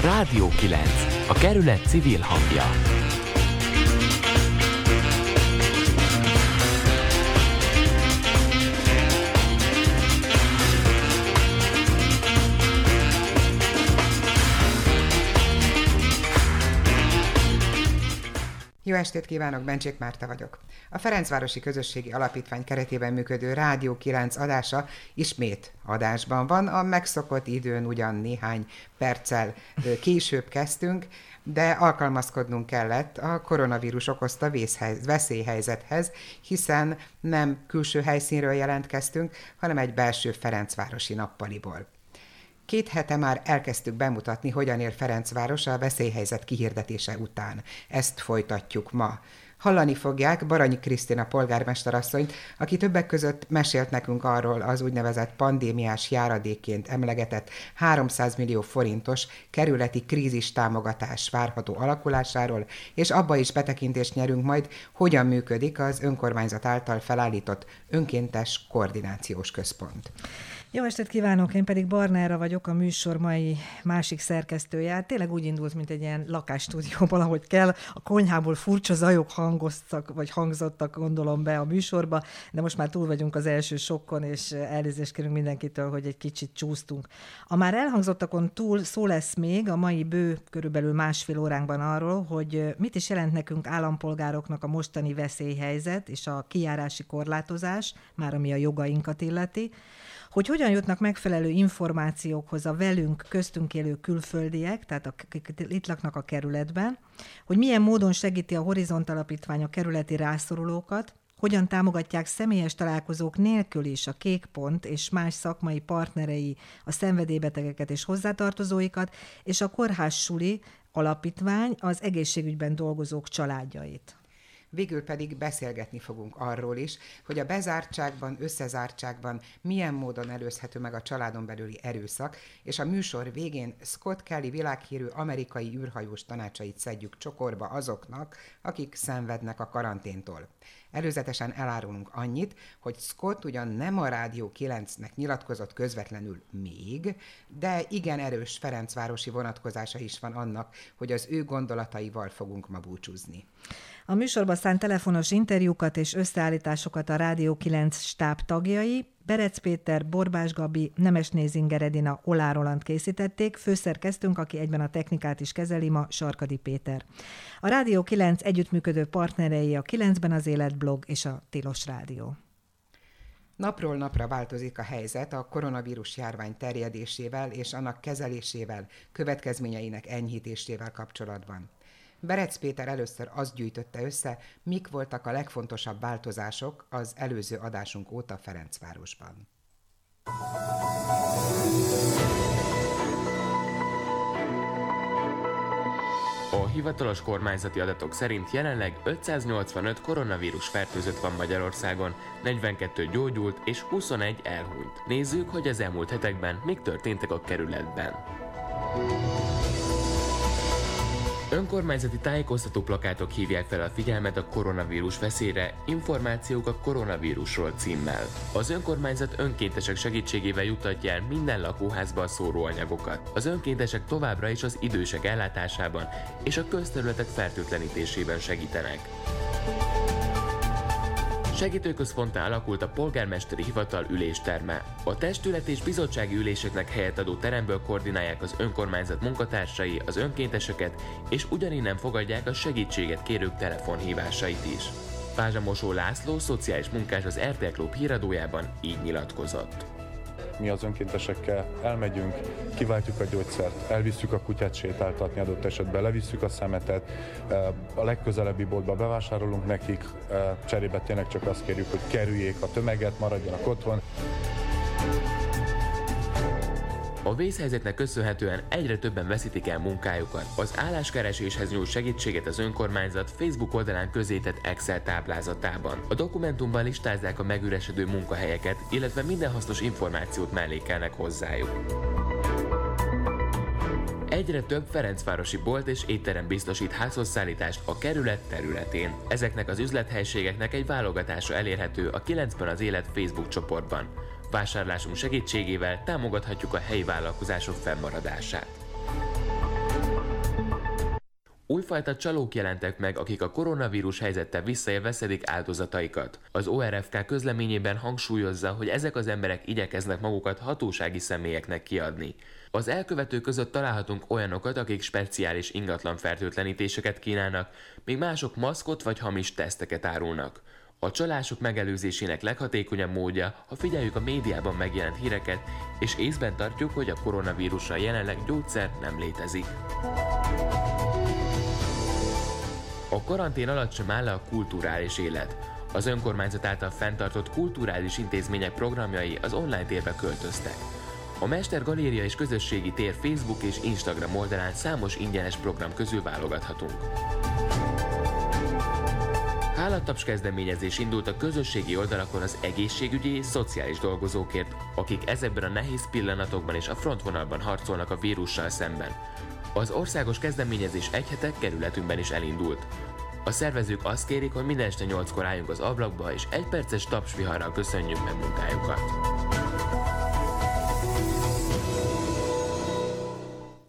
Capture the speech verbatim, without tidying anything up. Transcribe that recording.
Rádió kilenc, a kerület civil hangja. Jó estét kívánok, Bencsik Márta vagyok. A Ferencvárosi Közösségi Alapítvány keretében működő Rádió kilenc adása ismét adásban van. A megszokott időn ugyan néhány perccel később kezdtünk, de alkalmazkodnunk kellett a koronavírus okozta vészhely- veszélyhelyzethez, hiszen nem külső helyszínről jelentkeztünk, hanem egy belső ferencvárosi nappaliból. Két hete már elkezdtük bemutatni, hogyan él Ferencváros a veszélyhelyzet kihirdetése után. Ezt folytatjuk ma. Hallani fogják Baranyi Krisztina polgármesterasszonyt, aki többek között mesélt nekünk arról az úgynevezett pandémiás járadékként emlegetett háromszáz millió forintos kerületi krízis támogatás várható alakulásáról, és abba is betekintést nyerünk majd, hogyan működik az önkormányzat által felállított önkéntes koordinációs központ. Jó estét kívánok, én pedig Barnára vagyok, a műsor mai másik szerkesztője. Tényleg úgy indult, mint egy ilyen lakásstúdióban, ahogy kell. A konyhából furcsa zajok hangoztak, vagy hangzottak, gondolom, be a műsorba, de most már túl vagyunk az első sokkon, és elnézést kérünk mindenkitől, hogy egy kicsit csúsztunk. A már elhangzottakon túl szó lesz még a mai bő, körülbelül másfél óránkban arról, hogy mit is jelent nekünk állampolgároknak a mostani veszélyhelyzet és a kijárási korlátozás, már ami a jogainkat illeti, hogy hogyan jutnak megfelelő információkhoz a velünk köztünk élő külföldiek, tehát akik itt laknak a kerületben, hogy milyen módon segíti a Horizont Alapítvány a kerületi rászorulókat, hogyan támogatják személyes találkozók nélkül is a Kék Pont és más szakmai partnerei a szenvedélybetegeket és hozzátartozóikat, és a Kórház Suli Alapítvány az egészségügyben dolgozók családjait. Végül pedig beszélgetni fogunk arról is, hogy a bezártságban, összezártságban milyen módon előzhető meg a családon belüli erőszak, és a műsor végén Scott Kelly világhírű amerikai űrhajós tanácsait szedjük csokorba azoknak, akik szenvednek a karanténtól. Előzetesen elárulunk annyit, hogy Scott ugyan nem a Rádió kilencnek nyilatkozott közvetlenül még, de igen erős ferencvárosi vonatkozása is van annak, hogy az ő gondolataival fogunk ma búcsúzni. A műsorban szánt telefonos interjúkat és összeállításokat a Rádió kilenc stáb tagjai, Berec Péter, Borbás Gabi, Nemesné Zinger Edina, Olá Roland készítették, főszerkesztőnk, aki egyben a technikát is kezeli ma, Sarkadi Péter. A Rádió kilenc együttműködő partnerei a kilencben az élet blog és a Tilos Rádió. Napról napra változik a helyzet a koronavírus járvány terjedésével és annak kezelésével, következményeinek enyhítésével kapcsolatban. Berec Péter először azt gyűjtötte össze, mik voltak a legfontosabb változások az előző adásunk óta Ferencvárosban. A hivatalos kormányzati adatok szerint jelenleg ötszáznyolcvanöt koronavírus fertőzött van Magyarországon, negyvenkettő gyógyult és huszonegy elhunyt. Nézzük, hogy az elmúlt hetekben mik történtek a kerületben. Önkormányzati tájékoztató plakátok hívják fel a figyelmet a koronavírus veszélyre, információk a koronavírusról címmel. Az önkormányzat önkéntesek segítségével juttatja el minden lakóházba a szóróanyagokat. Az önkéntesek továbbra is az idősek ellátásában és a közterületek fertőtlenítésében segítenek. Segítőközponttá alakult a polgármesteri hivatal ülésterme. A testület és bizottsági üléseknek helyet adó teremből koordinálják az önkormányzat munkatársai az önkénteseket, és ugyaninnen fogadják a segítséget kérők telefonhívásait is. Pázsamosó László, szociális munkás az er té el Klub híradójában így nyilatkozott. Mi az önkéntesekkel elmegyünk, kiváltjuk a gyógyszert, elvisszük a kutyát sétáltatni, adott esetben levisszük a szemetet, a legközelebbi boltba bevásárolunk nekik, cserébe tényleg csak azt kérjük, hogy kerüljék a tömeget, maradjanak otthon. A vészhelyzetnek köszönhetően egyre többen veszítik el munkájukat. Az álláskereséshez nyújt segítséget az önkormányzat Facebook oldalán közzétett Excel táblázatában. A dokumentumban listázzák a megüresedő munkahelyeket, illetve minden hasznos információt mellékelnek hozzájuk. Egyre több ferencvárosi bolt és étterem biztosít házhozszállítást a kerület területén. Ezeknek az üzlethelységeknek egy válogatása elérhető a kilencben az élet Facebook csoportban. Vásárlásunk segítségével támogathatjuk a helyi vállalkozások fennmaradását. Újfajta csalók jelentek meg, akik a koronavírus helyzettel visszaélve szedik áldozataikat. Az o er ef ká közleményében hangsúlyozza, hogy ezek az emberek igyekeznek magukat hatósági személyeknek kiadni. Az elkövetők között találhatunk olyanokat, akik speciális ingatlan fertőtlenítéseket kínálnak, míg mások maszkot vagy hamis teszteket árulnak. A csalások megelőzésének leghatékonyabb módja, ha figyeljük a médiában megjelent híreket, és észben tartjuk, hogy a koronavírusra jelenleg gyógyszer nem létezik. A karantén alatt sem áll le a kulturális élet. Az önkormányzat által fenntartott kulturális intézmények programjai az online térbe költöztek. A Mester Galéria és Közösségi Tér Facebook és Instagram oldalán számos ingyenes program közül válogathatunk. Hálattaps kezdeményezés indult a közösségi oldalakon az egészségügyi és szociális dolgozókért, akik ezekben a nehéz pillanatokban és a frontvonalban harcolnak a vírussal szemben. Az országos kezdeményezés egy hete kerületünkben is elindult. A szervezők azt kérik, hogy minden este nyolckor álljunk az ablakba, és egy perces tapsviharral köszönjük meg munkájukat.